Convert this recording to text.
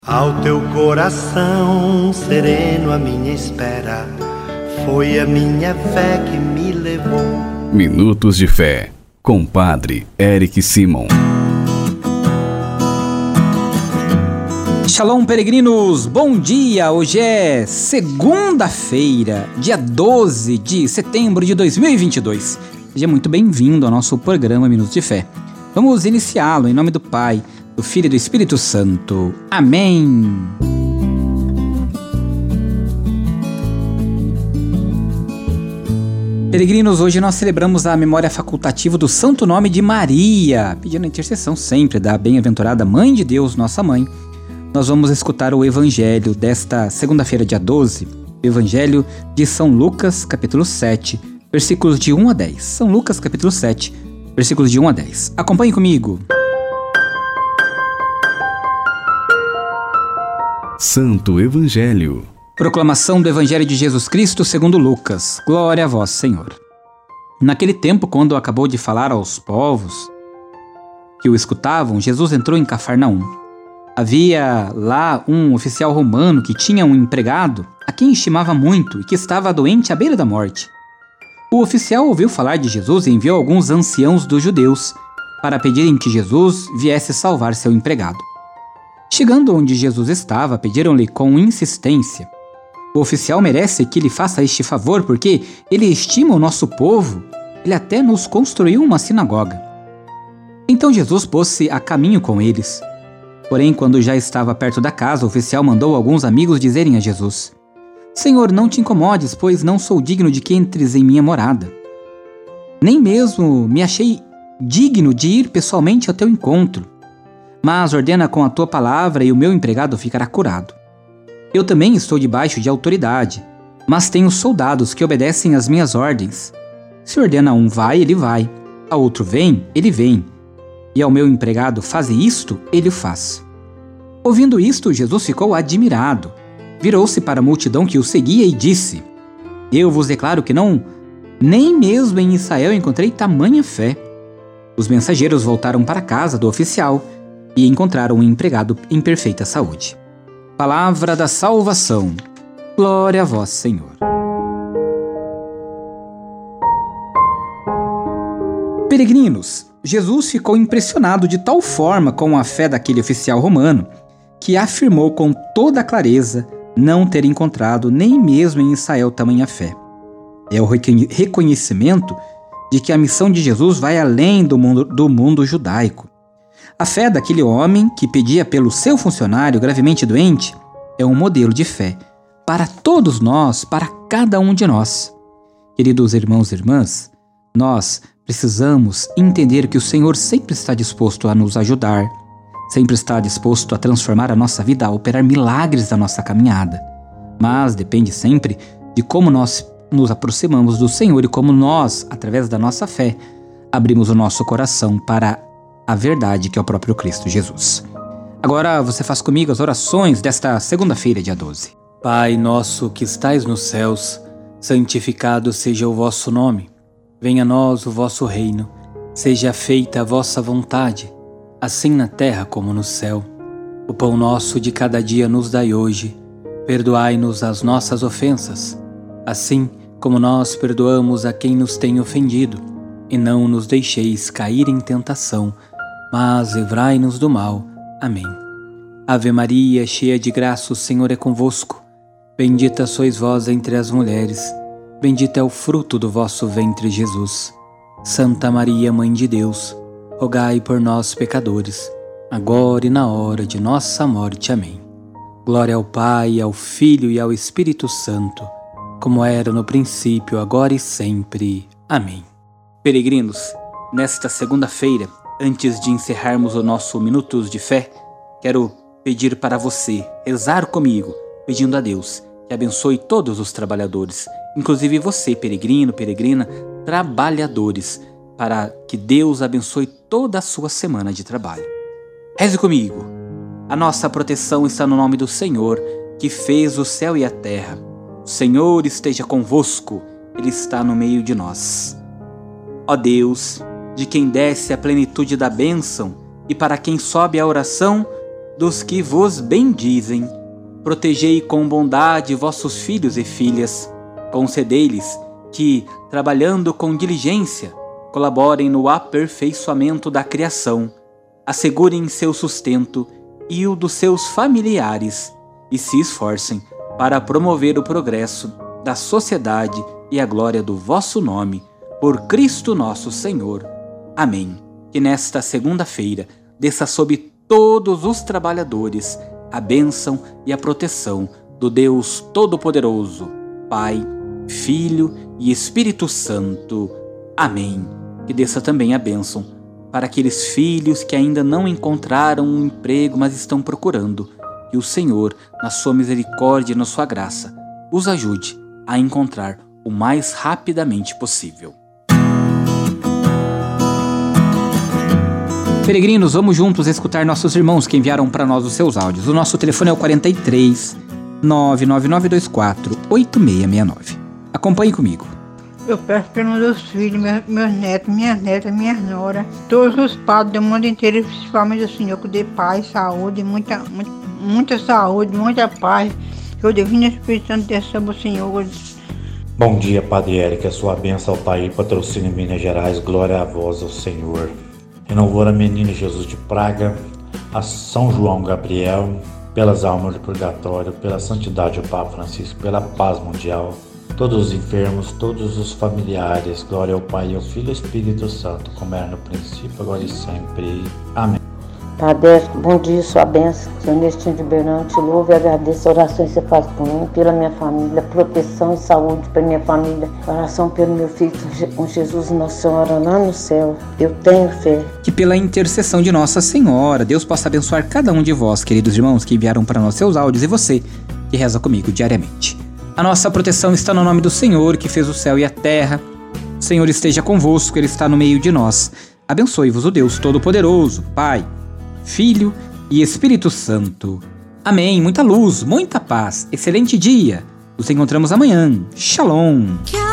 Ao teu coração sereno a minha espera, foi a minha fé que me levou. Minutos de Fé, com Padre Eric Simon. Shalom, peregrinos! Bom dia! Hoje é segunda-feira, dia 12 de setembro de 2022. Seja muito bem-vindo ao nosso programa Minutos de Fé. Vamos iniciá-lo em nome do Pai, do Filho e do Espírito Santo. Amém! Peregrinos, hoje nós celebramos a memória facultativa do Santo Nome de Maria, pedindo a intercessão sempre da bem-aventurada Mãe de Deus, nossa Mãe. Nós vamos escutar o Evangelho desta segunda-feira, dia 12, o Evangelho de São Lucas, capítulo 7, versículos de 1 a 10. São Lucas, capítulo 7, versículos de 1 a 10. Acompanhe comigo. Santo Evangelho. Proclamação do Evangelho de Jesus Cristo segundo Lucas. Glória a vós, Senhor. Naquele tempo, quando acabou de falar aos povos que o escutavam, Jesus entrou em Cafarnaum. Havia lá um oficial romano que tinha um empregado a quem estimava muito e que estava doente à beira da morte. O oficial ouviu falar de Jesus e enviou alguns anciãos dos judeus para pedirem que Jesus viesse salvar seu empregado. Chegando onde Jesus estava, pediram-lhe com insistência: "O oficial merece que lhe faça este favor porque ele estima o nosso povo. Ele até nos construiu uma sinagoga." Então Jesus pôs-se a caminho com eles. Porém, quando já estava perto da casa, o oficial mandou alguns amigos dizerem a Jesus: "Senhor, não te incomodes, pois não sou digno de que entres em minha morada. Nem mesmo me achei digno de ir pessoalmente ao teu encontro. Mas ordena com a tua palavra e o meu empregado ficará curado. Eu também estou debaixo de autoridade, mas tenho soldados que obedecem às minhas ordens. Se ordena a um vai, ele vai. A outro vem, ele vem. E ao meu empregado faze isto, ele o faz." Ouvindo isto, Jesus ficou admirado. Virou-se para a multidão que o seguia e disse: "Eu vos declaro que nem mesmo em Israel encontrei tamanha fé." Os mensageiros voltaram para a casa do oficial e encontraram um empregado em perfeita saúde. Palavra da salvação. Glória a vós, Senhor. Peregrinos, Jesus ficou impressionado de tal forma com a fé daquele oficial romano que afirmou com toda clareza não ter encontrado nem mesmo em Israel tamanha fé. É o reconhecimento de que a missão de Jesus vai além do mundo judaico. A fé daquele homem que pedia pelo seu funcionário gravemente doente é um modelo de fé para todos nós, para cada um de nós. Queridos irmãos e irmãs, nós precisamos entender que o Senhor sempre está disposto a nos ajudar, sempre está disposto a transformar a nossa vida, a operar milagres na nossa caminhada. Mas depende sempre de como nós nos aproximamos do Senhor e como nós, através da nossa fé, abrimos o nosso coração para a verdade que é o próprio Cristo Jesus. Agora você faz comigo as orações desta segunda-feira, dia 12. Pai nosso que estais nos céus, santificado seja o vosso nome. Venha a nós o vosso reino. Seja feita a vossa vontade, assim na terra como no céu. O pão nosso de cada dia nos dai hoje. Perdoai-nos as nossas ofensas, assim como nós perdoamos a quem nos tem ofendido. E não nos deixeis cair em tentação, mas livrai-nos do mal. Amém. Ave Maria, cheia de graça, o Senhor é convosco. Bendita sois vós entre as mulheres. Bendito é o fruto do vosso ventre, Jesus. Santa Maria, Mãe de Deus, rogai por nós, pecadores, agora e na hora de nossa morte. Amém. Glória ao Pai, ao Filho e ao Espírito Santo, como era no princípio, agora e sempre. Amém. Peregrinos, nesta segunda-feira, antes de encerrarmos o nosso Minutos de Fé, quero pedir para você rezar comigo, pedindo a Deus que abençoe todos os trabalhadores, inclusive você, peregrino, peregrina, trabalhadores, para que Deus abençoe toda a sua semana de trabalho. Reze comigo. A nossa proteção está no nome do Senhor, que fez o céu e a terra. O Senhor esteja convosco, Ele está no meio de nós. Ó Deus, de quem desce a plenitude da bênção e para quem sobe a oração, dos que vos bendizem. Protegei com bondade vossos filhos e filhas. Concedei-lhes que, trabalhando com diligência, colaborem no aperfeiçoamento da criação, assegurem seu sustento e o dos seus familiares e se esforcem para promover o progresso da sociedade e a glória do vosso nome, por Cristo nosso Senhor. Amém. Que nesta segunda-feira desça sobre todos os trabalhadores a bênção e a proteção do Deus Todo-Poderoso, Pai, Filho e Espírito Santo. Amém. Que desça também a bênção para aqueles filhos que ainda não encontraram um emprego, mas estão procurando. Que o Senhor, na sua misericórdia e na sua graça, os ajude a encontrar o mais rapidamente possível. Peregrinos, vamos juntos escutar nossos irmãos que enviaram para nós os seus áudios. O nosso telefone é o 43 99924 8669. Acompanhe comigo. Eu peço pelos meus filhos, meus netos, minhas netas, minhas noras, todos os padres do mundo inteiro, principalmente o Senhor, que dê paz, saúde, muita saúde, muita paz, que o Divino Espírito Santo desça sobre o Senhor. Bom dia, Padre Érico, a sua bênção está aí, patrocínio Minas Gerais, glória a vós, ao Senhor. Em louvor a Menino Jesus de Praga, a São João Gabriel, pelas almas do purgatório, pela santidade do Papa Francisco, pela paz mundial, todos os enfermos, todos os familiares, glória ao Pai, ao Filho e ao Espírito Santo, como era no princípio, agora e sempre. Amém. Padre, bom dia, sua bênção. Senhor Ernestinho de Bernan, te louvo e agradeço a oração que você faz por mim, pela minha família, proteção e saúde para minha família, oração pelo meu filho, com Jesus e Nossa Senhora lá no céu. Eu tenho fé. Que pela intercessão de Nossa Senhora, Deus possa abençoar cada um de vós, queridos irmãos, que enviaram para nós seus áudios, e você, que reza comigo diariamente. A nossa proteção está no nome do Senhor, que fez o céu e a terra. O Senhor esteja convosco, Ele está no meio de nós. Abençoe-vos o Deus Todo-Poderoso, Pai, Filho e Espírito Santo. Amém. Muita luz, muita paz. Excelente dia. Nos encontramos amanhã. Shalom.